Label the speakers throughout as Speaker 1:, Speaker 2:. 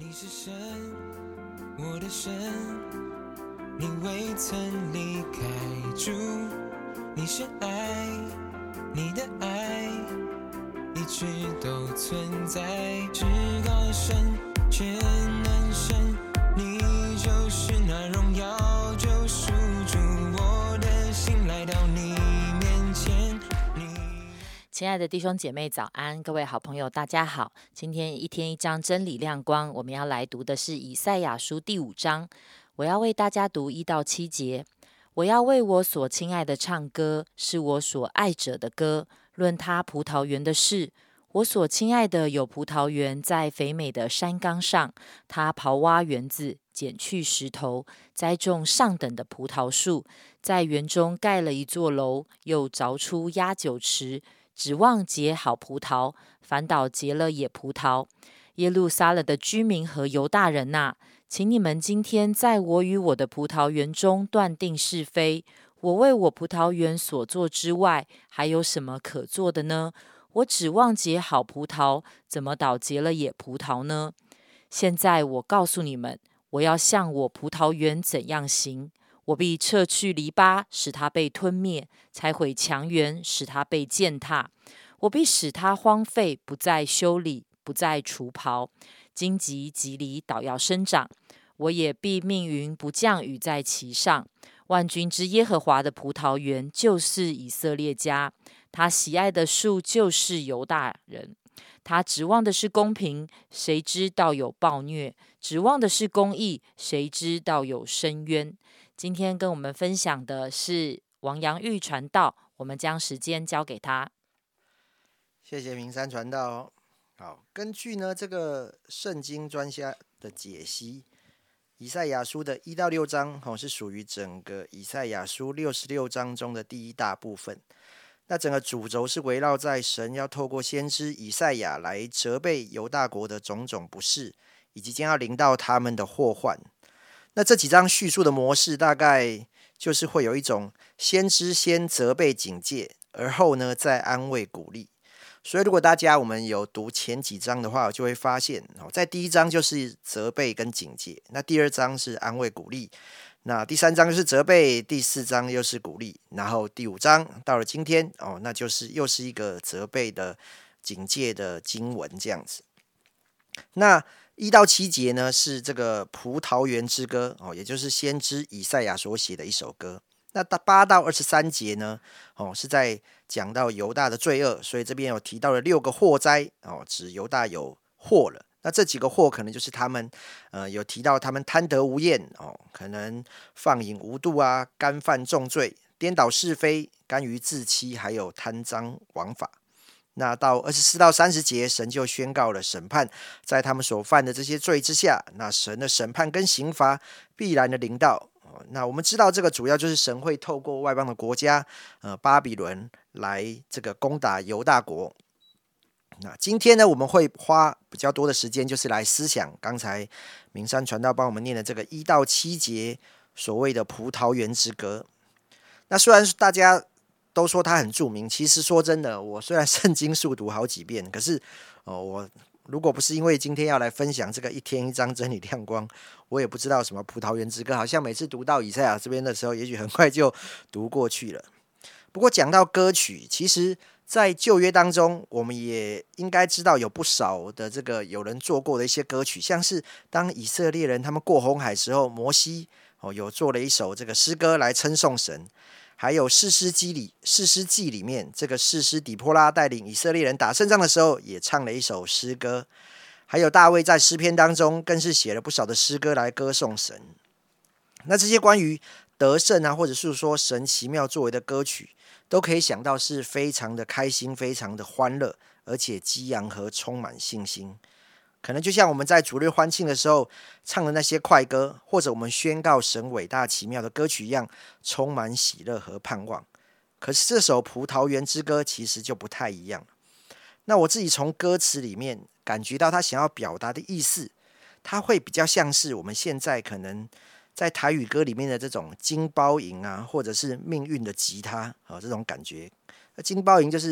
Speaker 1: 你是神，我的神，你未曾离开主，你是爱，你的爱一直都存在，至高的神，全能神，你就是那荣耀救赎主，我的心来到你面前。
Speaker 2: 亲爱的弟兄姐妹早安，各位好朋友大家好，今天一天一章真理亮光，我们要来读的是以赛亚书第5章，我要为大家读1到7节。我要为我所亲爱的唱歌，是我所爱者的歌，论他葡萄园的事。我所亲爱的有葡萄园在肥美的山冈上，他刨挖园子，剪去石头，栽种上等的葡萄树，在园中盖了一座楼，又凿出压酒池，指望结好葡萄，反倒结了野葡萄。耶路撒冷的居民和犹大人哪，请你们今天在我与我的葡萄园中断定是非。我为我葡萄园所做之外，还有什么可做的呢？我指望结好葡萄，怎么倒结了野葡萄呢？现在我告诉你们，我要向我葡萄园怎样行。我必撤去篱笆，使它被吞灭；拆毁墙垣，使它被践踏。我必使它荒废，不再修理，不再除刨。荆棘蒺藜倒要生长，我也必命云不降雨在其上。万军之耶和华的葡萄园就是以色列家，他喜爱的树就是犹大人。他指望的是公平，谁知道有暴虐；指望的是公义，谁知道有深渊。今天跟我们分享的是王阳玉传道，我们将时间交给他。
Speaker 3: 谢谢明山传道哦。好，根据呢这个圣经专家的解析，以赛亚书的1到6章是属于整个以赛亚书66章中的第一大部分。那整个主轴是围绕在神要透过先知以赛亚来责备犹大国的种种不是，以及将要临到他们的祸患。那这几章叙述的模式大概就是会有一种先知先责备警戒，而后呢再安慰鼓励。所以如果大家我们有读前几章的话，就会发现在第1章就是责备跟警戒，那第2章是安慰鼓励，那第3章就是责备，第4章又是鼓励，然后第5章到了今天那就是又是一个责备的警戒的经文这样子。那1到7节呢是这个葡萄园之歌也就是先知以赛亚所写的一首歌。那8到23节呢是在讲到犹大的罪恶，所以这边有提到了6个祸灾指犹大有祸了。那这几个祸可能就是他们有提到他们贪得无厌可能放淫无度啊，干犯重罪，颠倒是非，甘于自欺，还有贪赃枉法。那到24到30节，神就宣告了审判，在他们所犯的这些罪之下，那神的审判跟刑罚必然的临到。那我们知道这个主要就是神会透过外邦的国家巴比伦来这个攻打犹大国。那今天呢，我们会花比较多的时间，就是来思想刚才明山传道帮我们念的这个1到7节所谓的葡萄园之歌。那虽然大家都说它很著名，其实说真的，我虽然圣经速读好几遍，可是我如果不是因为今天要来分享这个一天一章真理亮光，我也不知道什么葡萄园之歌，好像每次读到以赛亚这边的时候，也许很快就读过去了。不过讲到歌曲，其实在旧约当中，我们也应该知道有不少的这个有人做过的一些歌曲，像是当以色列人他们过红海时候，摩西有做了一首这个诗歌来称颂神。还有士师记里面，这个士师底波拉带领以色列人打胜仗的时候，也唱了一首诗歌。还有大卫在诗篇当中，更是写了不少的诗歌来歌颂神。那这些关于得胜或者是说神奇妙作为的歌曲，都可以想到是非常的开心，非常的欢乐，而且激昂和充满信心。可能就像我们在主日欢庆的时候唱的那些快歌，或者我们宣告神伟大奇妙的歌曲一样，充满喜乐和盼望。可是这首葡萄园之歌其实就不太一样。那我自己从歌词里面感觉到他想要表达的意思，它会比较像是我们现在可能在台语歌里面的这种金包银或者是命运的吉他这种感觉。金包银就是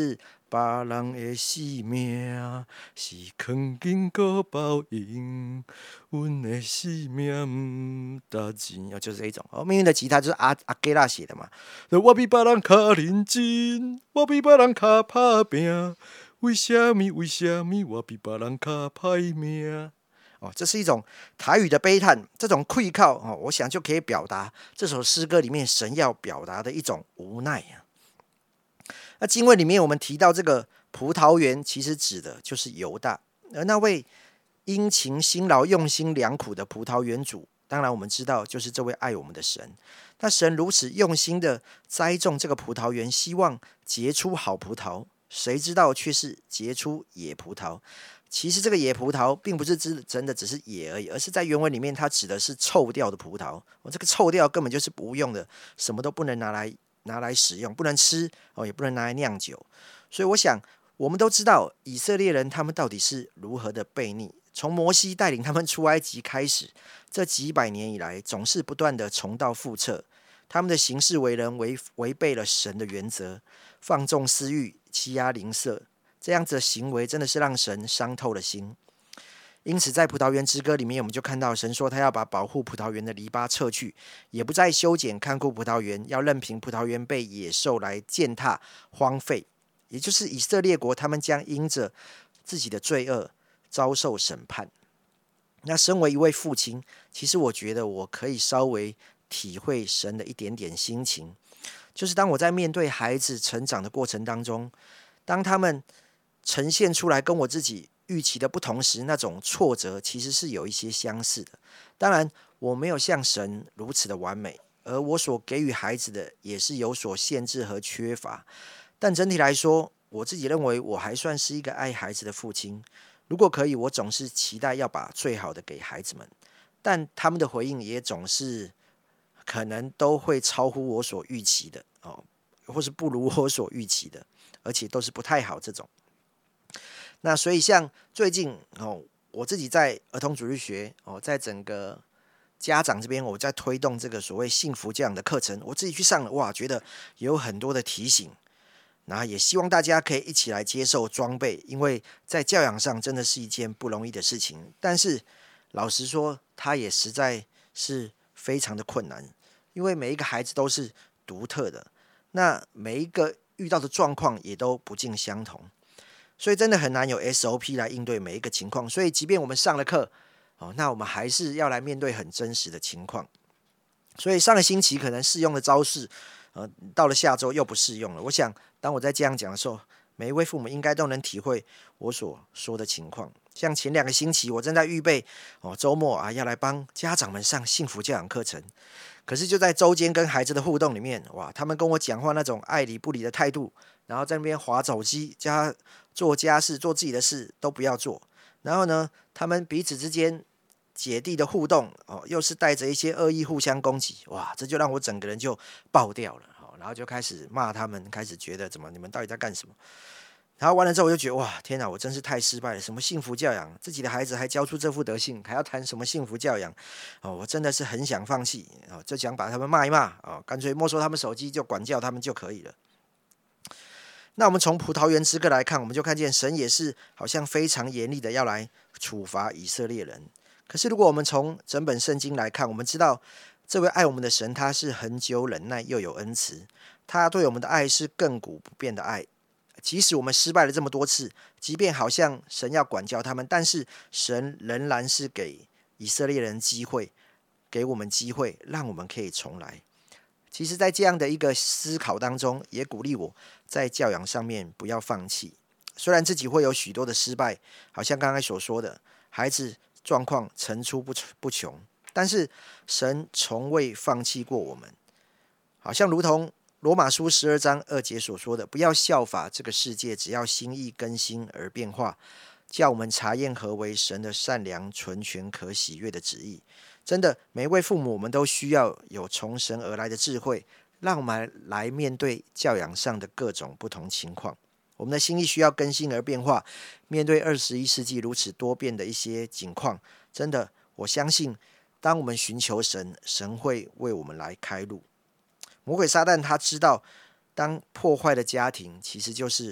Speaker 3: 别人的性命是藏经过报应，阮的性命毋值钱，就是这一种。命运的吉他就是阿基拉写的嘛。我比别人较认真，我比别人较打拼，为什么我比别人较歹命？这是一种台语的悲叹，这种愧靠我想就可以表达这首诗歌里面神要表达的一种无奈啊。那经文里面我们提到这个葡萄园，其实指的就是犹大，而那位殷勤辛劳、用心良苦的葡萄园主，当然我们知道就是这位爱我们的神。那神如此用心的栽种这个葡萄园，希望结出好葡萄，谁知道却是结出野葡萄。其实这个野葡萄并不是真的只是野而已，而是在原文里面它指的是臭掉的葡萄。这个臭掉根本就是不用的，什么都不能拿来使用，不能吃也不能拿来酿酒。所以我想我们都知道以色列人他们到底是如何的悖逆，从摩西带领他们出埃及开始，这几百年以来总是不断的重蹈覆辙，他们的行事为人违背了神的原则，放纵私欲，欺压邻舍，这样子的行为真的是让神伤透了心。因此在葡萄园之歌里面，我们就看到神说他要把保护葡萄园的篱笆撤去，也不再修剪看顾葡萄园，要任凭葡萄园被野兽来践踏荒废。也就是以色列国他们将因着自己的罪恶遭受审判。那身为一位父亲，其实我觉得我可以稍微体会神的一点点心情，就是当我在面对孩子成长的过程当中，当他们呈现出来跟我自己预期的不同时，那种挫折其实是有一些相似的。当然我没有像神如此的完美，而我所给予孩子的也是有所限制和缺乏，但整体来说，我自己认为我还算是一个爱孩子的父亲。如果可以，我总是期待要把最好的给孩子们，但他们的回应也总是可能都会超乎我所预期的或是不如我所预期的，而且都是不太好这种。那所以像最近我自己在儿童主日学在整个家长这边，我在推动这个所谓幸福教养的课程，我自己去上了，哇，觉得有很多的提醒，然后也希望大家可以一起来接受装备，因为在教养上真的是一件不容易的事情。但是老实说，它也实在是非常的困难，因为每一个孩子都是独特的，那每一个遇到的状况也都不尽相同，所以真的很难有 SOP 来应对每一个情况。所以即便我们上了课那我们还是要来面对很真实的情况。所以上个星期可能适用的招式到了下周又不适用了。我想当我在这样讲的时候，每一位父母应该都能体会我所说的情况。像前2个星期我正在预备周末要来帮家长们上幸福教养课程，可是就在周间跟孩子的互动里面，哇，他们跟我讲话那种爱理不理的态度，然后在那边滑手机，叫他做家事做自己的事都不要做，然后呢他们彼此之间姐弟的互动又是带着一些恶意互相攻击，哇，这就让我整个人就爆掉了然后就开始骂他们，开始觉得怎么你们到底在干什么。然后完了之后我就觉得哇，天哪，我真是太失败了，什么幸福教养，自己的孩子还教出这副德性，还要谈什么幸福教养我真的是很想放弃就想把他们骂一骂干脆没收他们手机，就管教他们就可以了。那我们从葡萄园之歌来看，我们就看见神也是好像非常严厉的要来处罚以色列人。可是如果我们从整本圣经来看，我们知道这位爱我们的神，他是恒久忍耐又有恩慈，他对我们的爱是亘古不变的爱。即使我们失败了这么多次，即便好像神要管教他们，但是神仍然是给以色列人机会，给我们机会，让我们可以重来。其实在这样的一个思考当中，也鼓励我在教养上面不要放弃。虽然自己会有许多的失败，好像刚才所说的孩子状况层出不穷，但是神从未放弃过我们。好像如同罗马书12章2节所说的，不要效法这个世界，只要心意更新而变化，叫我们查验何为神的善良、纯全、可喜悦的旨意。真的，每一位父母，我们都需要有从神而来的智慧，让我们来面对教养上的各种不同情况。我们的心意需要更新而变化，面对21世纪如此多变的一些景况，真的，我相信当我们寻求神，神会为我们来开路。魔鬼撒旦他知道，当破坏的家庭其实就是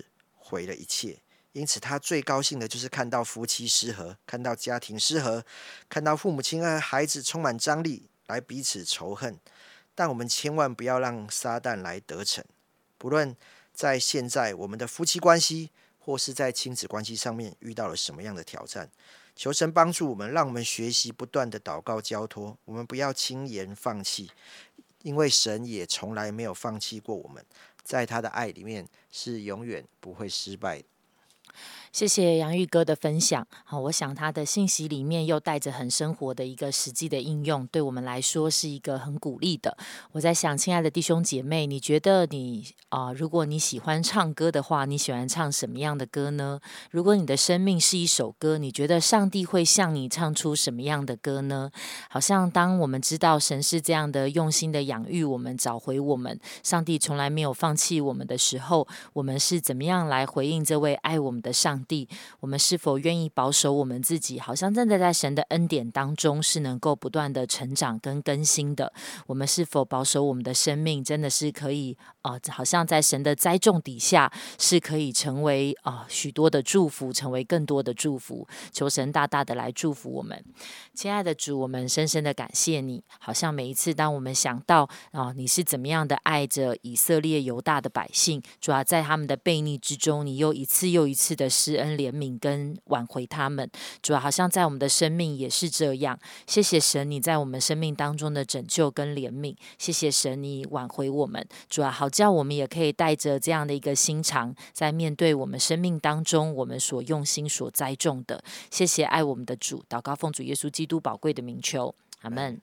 Speaker 3: 毁了一切。因此他最高兴的就是看到夫妻失和，看到家庭失和，看到父母亲和孩子充满张力来彼此仇恨。但我们千万不要让撒旦来得逞，不论在现在我们的夫妻关系或是在亲子关系上面遇到了什么样的挑战，求神帮助我们，让我们学习不断的祷告交托，我们不要轻言放弃，因为神也从来没有放弃过我们，在他的爱里面是永远不会失败的。
Speaker 2: 谢谢杨玉哥的分享。好，我想他的信息里面又带着很生活的一个实际的应用，对我们来说是一个很鼓励的。我在想，亲爱的弟兄姐妹，你觉得如果你喜欢唱歌的话，你喜欢唱什么样的歌呢？如果你的生命是一首歌，你觉得上帝会向你唱出什么样的歌呢？好像当我们知道神是这样的用心的养育我们，找回我们，上帝从来没有放弃我们的时候，我们是怎么样来回应这位爱我们的上帝？我们是否愿意保守我们自己，好像真的在神的恩典当中是能够不断的成长跟更新的？我们是否保守我们的生命真的是可以好像在神的栽种底下是可以成为许多的祝福，成为更多的祝福？求神大大的来祝福我们。亲爱的主，我们深深的感谢你，好像每一次当我们想到你是怎么样的爱着以色列犹大的百姓，主要在他们的悖逆之中，你又一次又一次的施恩怜悯跟挽回他们。主要好像在我们的生命也是这样。谢谢神，你在我们生命当中的拯救跟怜悯。谢谢神，你挽回我们。主要好叫我们也可以带着这样的一个心肠，在面对我们生命当中我们所用心所栽种的。谢谢爱我们的主，祷告奉主耶稣基督宝贵的名求，阿们。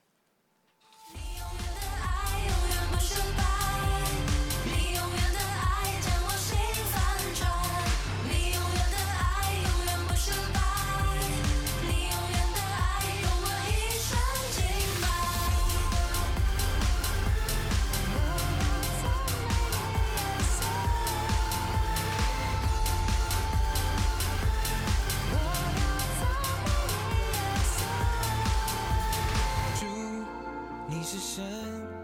Speaker 1: 你是神，